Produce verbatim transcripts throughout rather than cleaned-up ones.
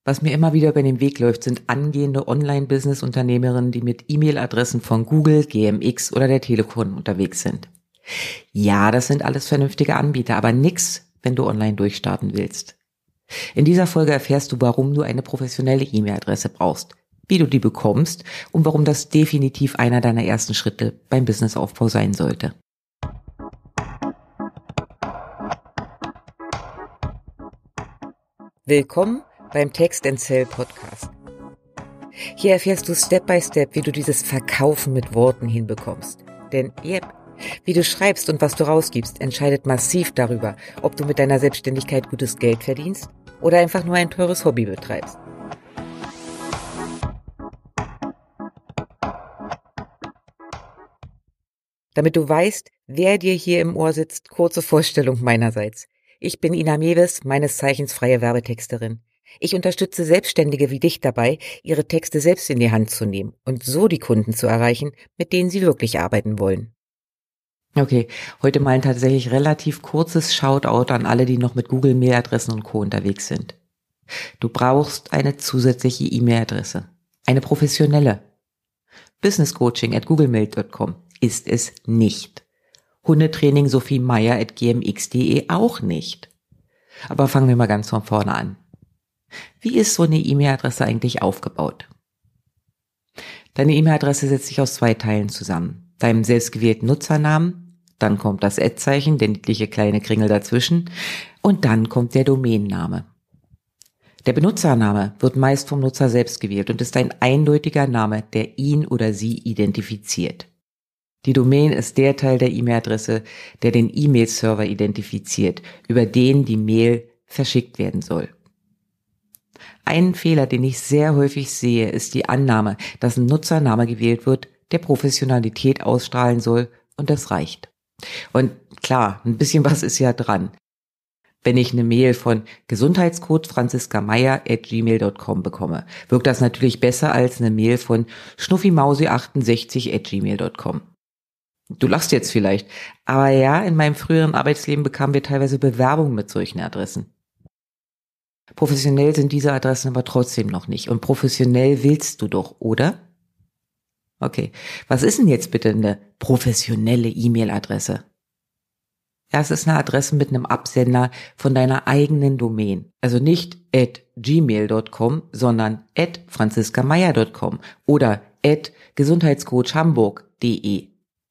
Was mir immer wieder über den Weg läuft, sind angehende Online-Business-Unternehmerinnen, die mit E-Mail-Adressen von Google, G M X oder der Telekom unterwegs sind. Ja, das sind alles vernünftige Anbieter, aber nix, wenn du online durchstarten willst. In dieser Folge erfährst du, warum du eine professionelle E-Mail-Adresse brauchst, wie du die bekommst und warum das definitiv einer deiner ersten Schritte beim Businessaufbau sein sollte. Willkommen beim Text and Sell Podcast. Hier erfährst du Step by Step, wie du dieses Verkaufen mit Worten hinbekommst. Denn yep, wie du schreibst und was du rausgibst, entscheidet massiv darüber, ob du mit deiner Selbstständigkeit gutes Geld verdienst oder einfach nur ein teures Hobby betreibst. Damit du weißt, wer dir hier im Ohr sitzt, kurze Vorstellung meinerseits. Ich bin Ina Mewes, meines Zeichens freie Werbetexterin. Ich unterstütze Selbstständige wie dich dabei, ihre Texte selbst in die Hand zu nehmen und so die Kunden zu erreichen, mit denen sie wirklich arbeiten wollen. Okay, heute mal ein tatsächlich relativ kurzes Shoutout an alle, die noch mit Google-Mail-Adressen und Co. unterwegs sind. Du brauchst eine zusätzliche E-Mail-Adresse, eine professionelle. businesscoaching at googlemail dot com ist es nicht. Hundetraining Sophie Meyer at g m x punkt d e auch nicht. Aber fangen wir mal ganz von vorne an. Wie ist so eine E-Mail-Adresse eigentlich aufgebaut? Deine E-Mail-Adresse setzt sich aus zwei Teilen zusammen. Deinem selbstgewählten Nutzernamen, dann kommt das Ad-Zeichen, der niedliche kleine Kringel dazwischen und dann kommt der Domainname. Der Benutzername wird meist vom Nutzer selbst gewählt und ist ein eindeutiger Name, der ihn oder sie identifiziert. Die Domain ist der Teil der E-Mail-Adresse, der den E-Mail-Server identifiziert, über den die Mail verschickt werden soll. Ein Fehler, den ich sehr häufig sehe, ist die Annahme, dass ein Nutzername gewählt wird, der Professionalität ausstrahlen soll, und das reicht. Und klar, ein bisschen was ist ja dran. Wenn ich eine Mail von Gesundheitscoach franziska meyer at gmail dot com bekomme, wirkt das natürlich besser als eine Mail von schnuffimausi achtundsechzig at gmail dot com. Du lachst jetzt vielleicht, aber ja, in meinem früheren Arbeitsleben bekamen wir teilweise Bewerbungen mit solchen Adressen. Professionell sind diese Adressen aber trotzdem noch nicht. Und professionell willst du doch, oder? Okay, was ist denn jetzt bitte eine professionelle E-Mail-Adresse? Ja, es ist eine Adresse mit einem Absender von deiner eigenen Domain. Also nicht at gmail dot com, sondern at franziska meyer dot com oder at gesundheitscoachhamburg punkt de.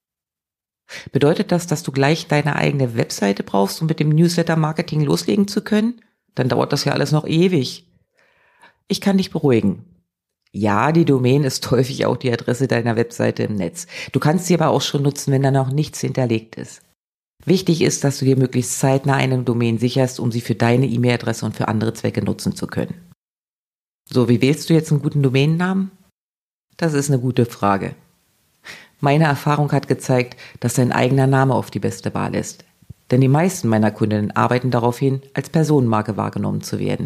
Bedeutet das, dass du gleich deine eigene Webseite brauchst, um mit dem Newsletter-Marketing loslegen zu können? Dann dauert das ja alles noch ewig. Ich kann dich beruhigen. Ja, die Domain ist häufig auch die Adresse deiner Webseite im Netz. Du kannst sie aber auch schon nutzen, wenn da noch nichts hinterlegt ist. Wichtig ist, dass du dir möglichst zeitnah eine Domain sicherst, um sie für deine E-Mail-Adresse und für andere Zwecke nutzen zu können. So, wie wählst du jetzt einen guten Domainnamen? Das ist eine gute Frage. Meine Erfahrung hat gezeigt, dass dein eigener Name oft die beste Wahl ist. Denn die meisten meiner Kundinnen arbeiten darauf hin, als Personenmarke wahrgenommen zu werden.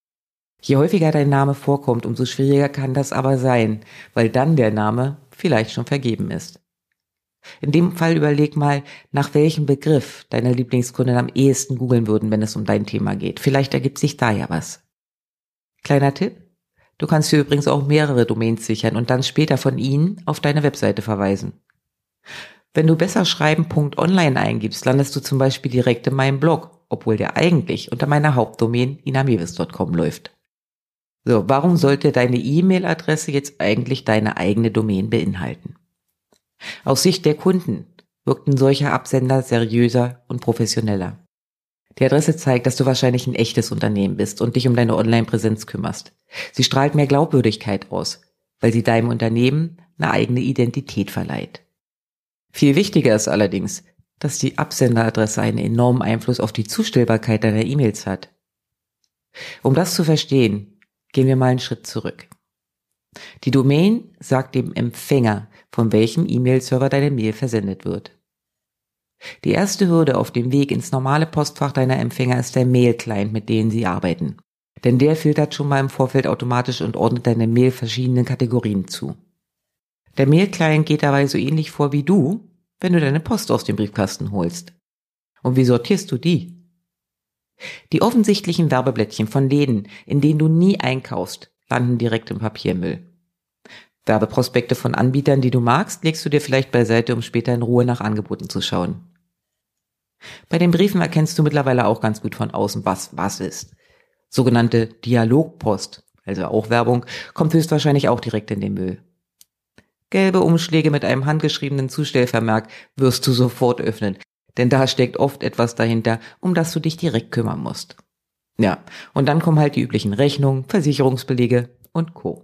Je häufiger dein Name vorkommt, umso schwieriger kann das aber sein, weil dann der Name vielleicht schon vergeben ist. In dem Fall überleg mal, nach welchem Begriff deine Lieblingskunden am ehesten googeln würden, wenn es um dein Thema geht. Vielleicht ergibt sich da ja was. Kleiner Tipp: Du kannst dir übrigens auch mehrere Domains sichern und dann später von ihnen auf deine Webseite verweisen. Wenn du besser schreiben Punkt online eingibst, landest du zum Beispiel direkt in meinem Blog, obwohl der eigentlich unter meiner Hauptdomain ina mewes dot com läuft. So, warum sollte deine E-Mail-Adresse jetzt eigentlich deine eigene Domain beinhalten? Aus Sicht der Kunden wirkt ein solcher Absender seriöser und professioneller. Die Adresse zeigt, dass du wahrscheinlich ein echtes Unternehmen bist und dich um deine Online-Präsenz kümmerst. Sie strahlt mehr Glaubwürdigkeit aus, weil sie deinem Unternehmen eine eigene Identität verleiht. Viel wichtiger ist allerdings, dass die Absenderadresse einen enormen Einfluss auf die Zustellbarkeit deiner E-Mails hat. Um das zu verstehen, gehen wir mal einen Schritt zurück. Die Domain sagt dem Empfänger, von welchem E-Mail-Server deine Mail versendet wird. Die erste Hürde auf dem Weg ins normale Postfach deiner Empfänger ist der Mail-Client, mit dem sie arbeiten. Denn der filtert schon mal im Vorfeld automatisch und ordnet deine Mail verschiedenen Kategorien zu. Der Mail-Client geht dabei so ähnlich vor wie du, wenn du deine Post aus dem Briefkasten holst. Und wie sortierst du die? Die offensichtlichen Werbeblättchen von Läden, in denen du nie einkaufst, landen direkt im Papiermüll. Werbeprospekte von Anbietern, die du magst, legst du dir vielleicht beiseite, um später in Ruhe nach Angeboten zu schauen. Bei den Briefen erkennst du mittlerweile auch ganz gut von außen, was was ist. Sogenannte Dialogpost, also auch Werbung, kommt höchstwahrscheinlich auch direkt in den Müll. Gelbe Umschläge mit einem handgeschriebenen Zustellvermerk wirst du sofort öffnen, denn da steckt oft etwas dahinter, um das du dich direkt kümmern musst. Ja, und dann kommen halt die üblichen Rechnungen, Versicherungsbelege und Co.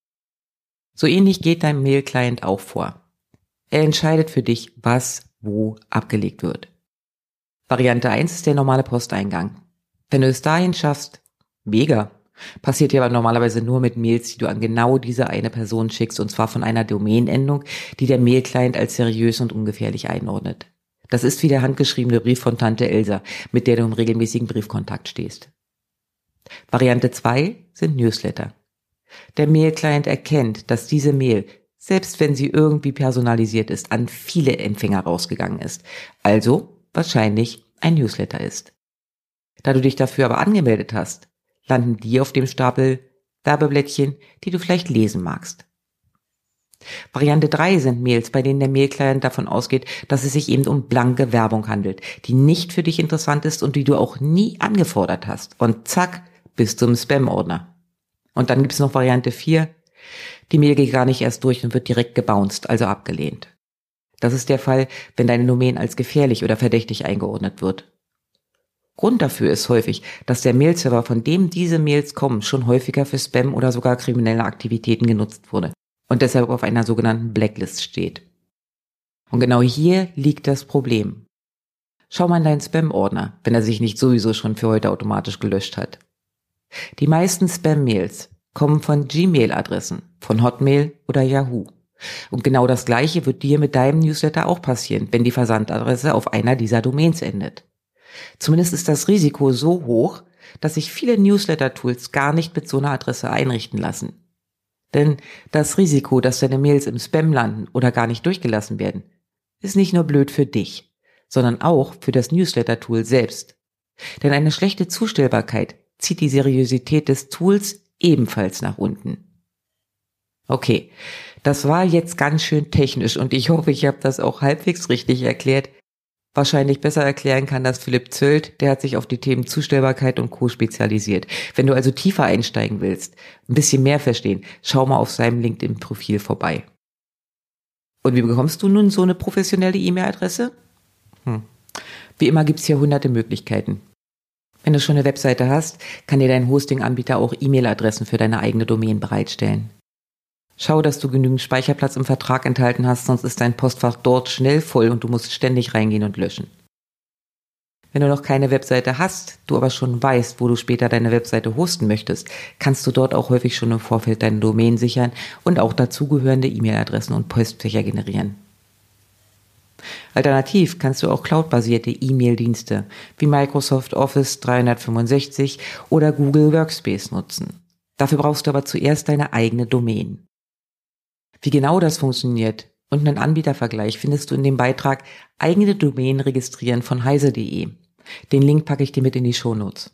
So ähnlich geht dein Mail-Client auch vor. Er entscheidet für dich, was wo abgelegt wird. Variante eins ist der normale Posteingang. Wenn du es dahin schaffst, mega. Passiert ja aber normalerweise nur mit Mails, die du an genau diese eine Person schickst, und zwar von einer Domainendung, die der Mail-Client als seriös und ungefährlich einordnet. Das ist wie der handgeschriebene Brief von Tante Elsa, mit der du im regelmäßigen Briefkontakt stehst. Variante zwei sind Newsletter. Der Mail-Client erkennt, dass diese Mail, selbst wenn sie irgendwie personalisiert ist, an viele Empfänger rausgegangen ist, also wahrscheinlich ein Newsletter ist. Da du dich dafür aber angemeldet hast, landen die auf dem Stapel Werbeblättchen, die du vielleicht lesen magst. Variante drei sind Mails, bei denen der Mail-Client davon ausgeht, dass es sich eben um blanke Werbung handelt, die nicht für dich interessant ist und die du auch nie angefordert hast. Und zack, bist du im Spam-Ordner. Und dann gibt es noch Variante vier. Die Mail geht gar nicht erst durch und wird direkt gebounced, also abgelehnt. Das ist der Fall, wenn deine Domain als gefährlich oder verdächtig eingeordnet wird. Grund dafür ist häufig, dass der Mailserver, von dem diese Mails kommen, schon häufiger für Spam oder sogar kriminelle Aktivitäten genutzt wurde und deshalb auf einer sogenannten Blacklist steht. Und genau hier liegt das Problem. Schau mal in deinen Spam-Ordner, wenn er sich nicht sowieso schon für heute automatisch gelöscht hat. Die meisten Spam-Mails kommen von Gmail-Adressen, von Hotmail oder Yahoo. Und genau das Gleiche wird dir mit deinem Newsletter auch passieren, wenn die Versandadresse auf einer dieser Domains endet. Zumindest ist das Risiko so hoch, dass sich viele Newsletter-Tools gar nicht mit so einer Adresse einrichten lassen. Denn das Risiko, dass deine Mails im Spam landen oder gar nicht durchgelassen werden, ist nicht nur blöd für dich, sondern auch für das Newsletter-Tool selbst. Denn eine schlechte Zustellbarkeit zieht die Seriosität des Tools ebenfalls nach unten. Okay, das war jetzt ganz schön technisch und ich hoffe, ich habe das auch halbwegs richtig erklärt. Wahrscheinlich besser erklären kann das Philipp Zölt, der hat sich auf die Themen Zustellbarkeit und Co. spezialisiert. Wenn du also tiefer einsteigen willst, ein bisschen mehr verstehen, schau mal auf seinem LinkedIn-Profil vorbei. Und wie bekommst du nun so eine professionelle E-Mail-Adresse? Hm. Wie immer gibt's hier hunderte Möglichkeiten. Wenn du schon eine Webseite hast, kann dir dein Hosting-Anbieter auch E-Mail-Adressen für deine eigene Domain bereitstellen. Schau, dass du genügend Speicherplatz im Vertrag enthalten hast, sonst ist dein Postfach dort schnell voll und du musst ständig reingehen und löschen. Wenn du noch keine Webseite hast, du aber schon weißt, wo du später deine Webseite hosten möchtest, kannst du dort auch häufig schon im Vorfeld deine Domain sichern und auch dazugehörende E-Mail-Adressen und Postfächer generieren. Alternativ kannst du auch cloudbasierte E-Mail-Dienste wie Microsoft Office dreihundertfünfundsechzig oder Google Workspace nutzen. Dafür brauchst du aber zuerst deine eigene Domain. Wie genau das funktioniert und einen Anbietervergleich findest du in dem Beitrag Eigene Domain registrieren von heise punkt de. Den Link packe ich dir mit in die Shownotes.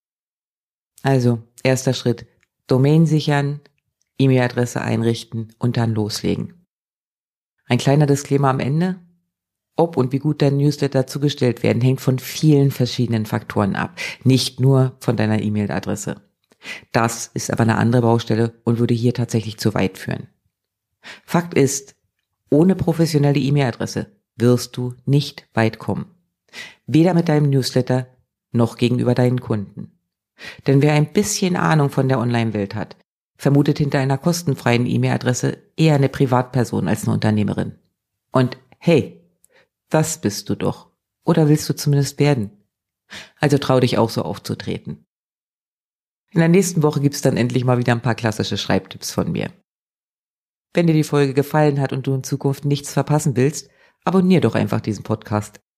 Also, erster Schritt, Domain sichern, E-Mail-Adresse einrichten und dann loslegen. Ein kleiner Disclaimer am Ende. Ob und wie gut dein Newsletter zugestellt werden, hängt von vielen verschiedenen Faktoren ab, nicht nur von deiner E-Mail-Adresse. Das ist aber eine andere Baustelle und würde hier tatsächlich zu weit führen. Fakt ist, ohne professionelle E-Mail-Adresse wirst du nicht weit kommen. Weder mit deinem Newsletter noch gegenüber deinen Kunden. Denn wer ein bisschen Ahnung von der Online-Welt hat, vermutet hinter einer kostenfreien E-Mail-Adresse eher eine Privatperson als eine Unternehmerin. Und hey, das bist du doch. Oder willst du zumindest werden? Also trau dich auch so aufzutreten. In der nächsten Woche gibt's dann endlich mal wieder ein paar klassische Schreibtipps von mir. Wenn dir die Folge gefallen hat und du in Zukunft nichts verpassen willst, abonnier doch einfach diesen Podcast.